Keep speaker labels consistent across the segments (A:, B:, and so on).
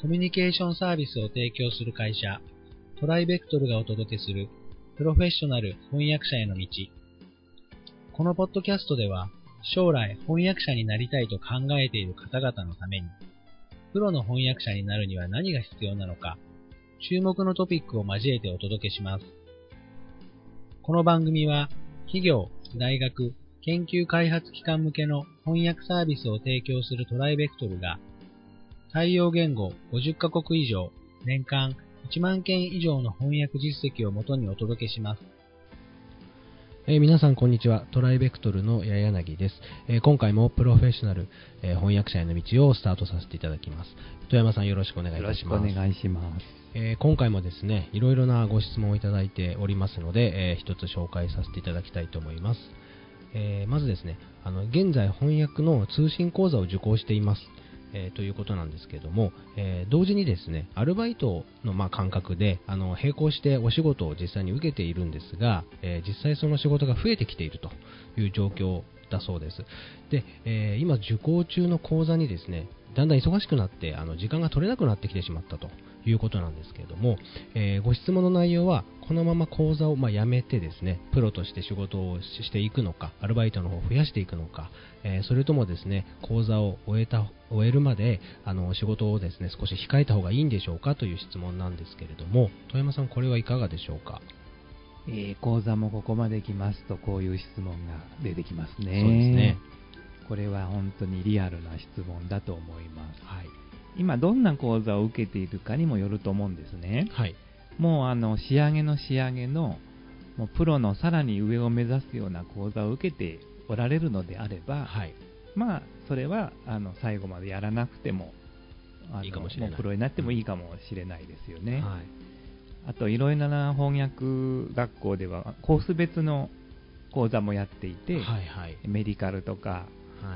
A: コミュニケーションサービスを提供する会社、トライベクトルがお届けするプロフェッショナル翻訳者への道。このポッドキャストでは、将来翻訳者になりたいと考えている方々のために、プロの翻訳者になるには何が必要なのか、注目のトピックを交えてお届けします。この番組は、企業、大学、研究開発機関向けの翻訳サービスを提供するトライベクトルが、対応言語50カ国以上、年間1万件以上の翻訳実績をもとにお届けします。
B: 皆さんこんにちは。トライベクトルの八重柳です。今回もプロフェッショナル、翻訳者への道をスタートさせていただきます。富山さんよろしくお願いいたします。
C: よろしくお願いします。
B: 今回もですね、いろいろなご質問をいただいておりますので、一つ紹介させていただきたいと思います。まずですね、現在翻訳の通信講座を受講しています。ということなんですけれども、同時にですね、アルバイトの感覚で並行してお仕事を実際に受けているんですが、実際その仕事が増えてきているという状況だそうです。で、今受講中の講座にですね、だんだん忙しくなって時間が取れなくなってきてしまったということなんですけれども、ご質問の内容はこのまま講座を辞めてですね、プロとして仕事をしていくのか、アルバイトの方を増やしていくのか、それともですね、講座を終えるまで仕事をですね少し控えた方がいいんでしょうかという質問なんですけれども、富山さんこれはいかがでしょうか。
C: 講座もここまで来ますとこういう質問が出てきますね。
B: そうですね。
C: これは本当にリアルな質問だと思います。
B: はい、
C: 今どんな講座を受けているかにもよると思うんですね。
B: はい、
C: もう仕上げのもうプロのさらに上を目指すような講座を受けておられるのであれば、
B: はい、
C: それは最後までやらなくても
B: いいかもしれない。
C: もうプロになってもいいかもしれないですよね。
B: はい、
C: あといろいろな翻訳学校ではコース別の講座もやっていて、
B: はいはい、
C: メディカルとか、
B: はい、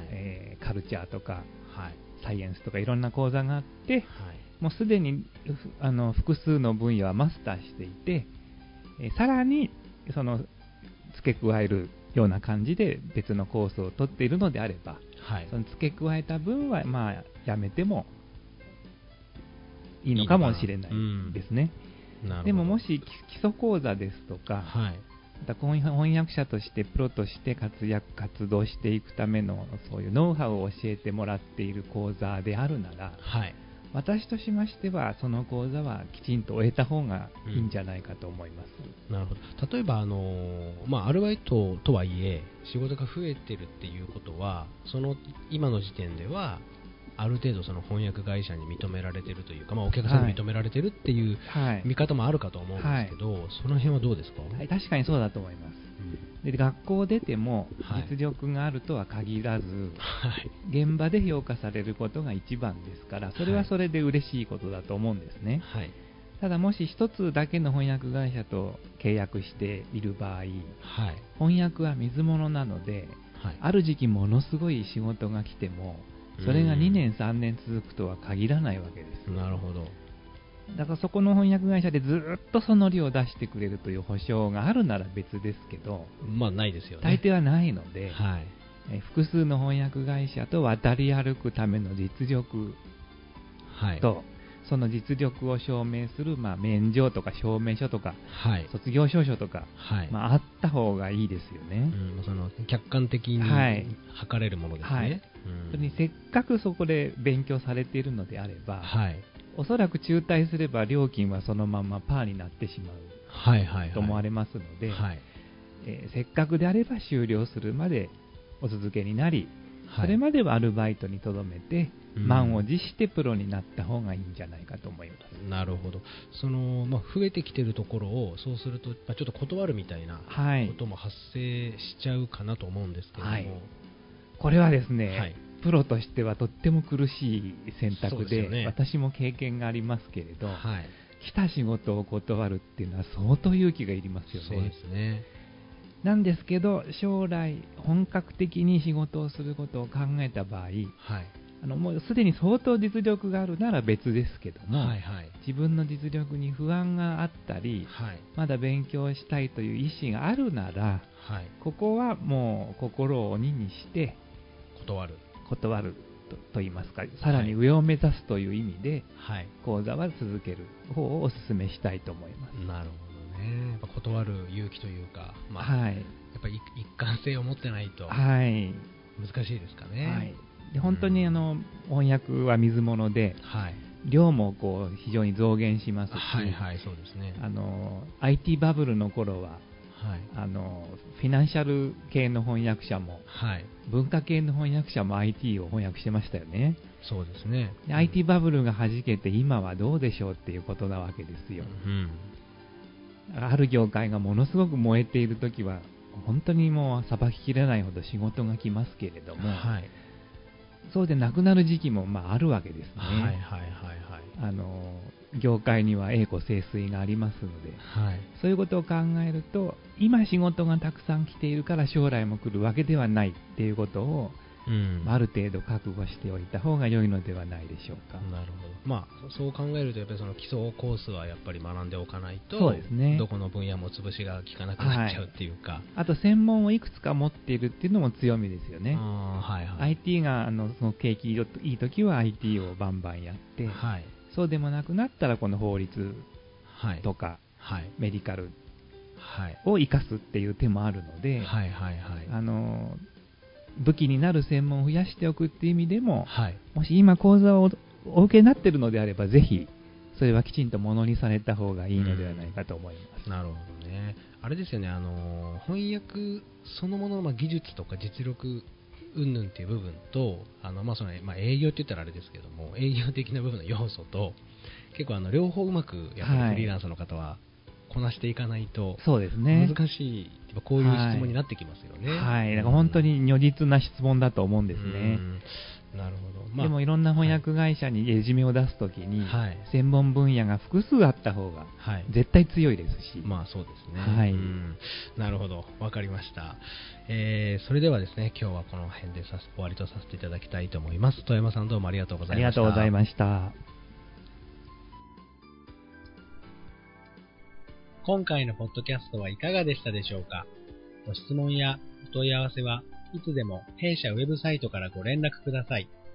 C: カルチャーとか、
B: はい、
C: サイエンスとかいろんな講座があって、
B: はい、
C: もうすでに複数の分野はマスターしていて、さらに付け加えるような感じで別のコースを取っているのであれば、
B: はい、
C: その付け加えた分はやめてもいいのかもしれないですね。でももし基礎講座ですとか、
B: はい、
C: また翻訳者としてプロとして活動していくためのそういうノウハウを教えてもらっている講座であるなら、
B: はい、
C: 私としましてはその講座はきちんと終えた方がいいんじゃないかと思います。
B: なるほど。例えばアルバイトとはいえ仕事が増えてるっていうことは、今の時点ではある程度その翻訳会社に認められているというか、お客さんに認められているっていう見方もあるかと思うんですけど、その辺はどうですか？
C: はい、確かにそうだと思います。で学校出ても実力があるとは限らず、
B: はい、
C: 現場で評価されることが一番ですから、それはそれで嬉しいことだと思うんですね。
B: はい、
C: ただもし一つだけの翻訳会社と契約している場合、
B: はい、
C: 翻訳は水物なので、
B: はい、
C: ある時期ものすごい仕事が来てもそれが2年3年続くとは限らないわけです。
B: なるほど。
C: だからそこの翻訳会社でずっとその量を出してくれるという保証があるなら別ですけど、
B: ないですよね。
C: 大抵はないので、
B: はい、
C: 複数の翻訳会社と渡り歩くための実力と、はい、その実力を証明する、免状とか証明書とか、はい、卒業証書とか、はい、あった方がいいですよね。
B: その客観的に測れるものですね。はい、
C: それにせっかくそこで勉強されているのであれば、はい、おそらく中退すれば料金はそのままパーになってしまうと思われますので、せっかくであれば修了するまでお続けになり、それまではアルバイトにとどめて、満を持してプロになった方がいいんじゃないかと思います。
B: なるほど。増えてきているところをそうすると、ちょっと断るみたいなことも発生しちゃうかなと思うんですけれども、はい、
C: これはですね、はい、プロとしてはとっても苦しい選択 で、ね、私も経験がありますけれど、はい、来た仕事を断るっていうのは相当勇気がいりますよね。
B: そうですね。
C: なんですけど、将来本格的に仕事をすることを考えた場合、はい、もうすでに相当実力があるなら別ですけども、はいはい、自分の実力に不安があったり、はい、まだ勉強したいという意思があるなら、はい、ここはもう心を鬼にして断るといいますか、さらに上を目指すという意味で、講座は続ける方をお勧めしたいと思います。
B: なるほどね。やっぱ断る勇気というか、やっぱり一貫性を持ってないと難しいですかね。
C: で本当に翻訳は水物で、量も非常に増減しますし、
B: そうですね。
C: IT バブルの頃は、フィナンシャル系の翻訳者も、文化系の翻訳者も IT を翻訳してましたよね。
B: そうですね。
C: IT バブルが弾けて今はどうでしょうっていうことなわけですよ。ある業界がものすごく燃えているときは本当にもうさばききれないほど仕事が来ますけれども、そうでなくなる時期もあるわけですね。業界には栄枯盛衰がありますので、そういうことを考えると、今仕事がたくさん来ているから将来も来るわけではないっていうことを、ある程度覚悟しておいた方が良いのではないでしょうか。
B: なるほど。そう考えると、やっぱりその基礎コースはやっぱり学んでおかないと、
C: そうですね、
B: どこの分野も潰しが効かなくなっちゃうっていうか、
C: あと専門をいくつか持っているっていうのも強みですよね。IT がその景気いい時は IT をバンバンやって、そうでもなくなったらこの法律とか、メディカルを生かすっていう手もあるので、武器になる専門を増やしておくっていう意味でも、もし今講座をお受けになっているのであれば、ぜひそれはきちんとものにされた方がいいのではないかと思います。
B: なるほどね。あれですよね、翻訳そのものの技術とか実力云々っていう部分と、営業って言ったらあれですけども、営業的な部分の要素と、結構両方うまくやっぱりフリーランスの方はこなしていかないと難しい、こういう質問になってきますよね。
C: だから本当に如実な質問だと思うんですね。
B: なるほど。
C: でもいろんな翻訳会社にレジュメを出すときに、専門分野が複数あった方が絶対強いですし、
B: そうですね。なるほど、わかりました。それではですね、今日はこの辺で終わりとさせていただきたいと思います。遠山さん、どうもありがとうございました。
C: ありがとうございました。
A: 今回のポッドキャストはいかがでしたでしょうか。ご質問やお問い合わせはいつでも弊社ウェブサイトからご連絡ください。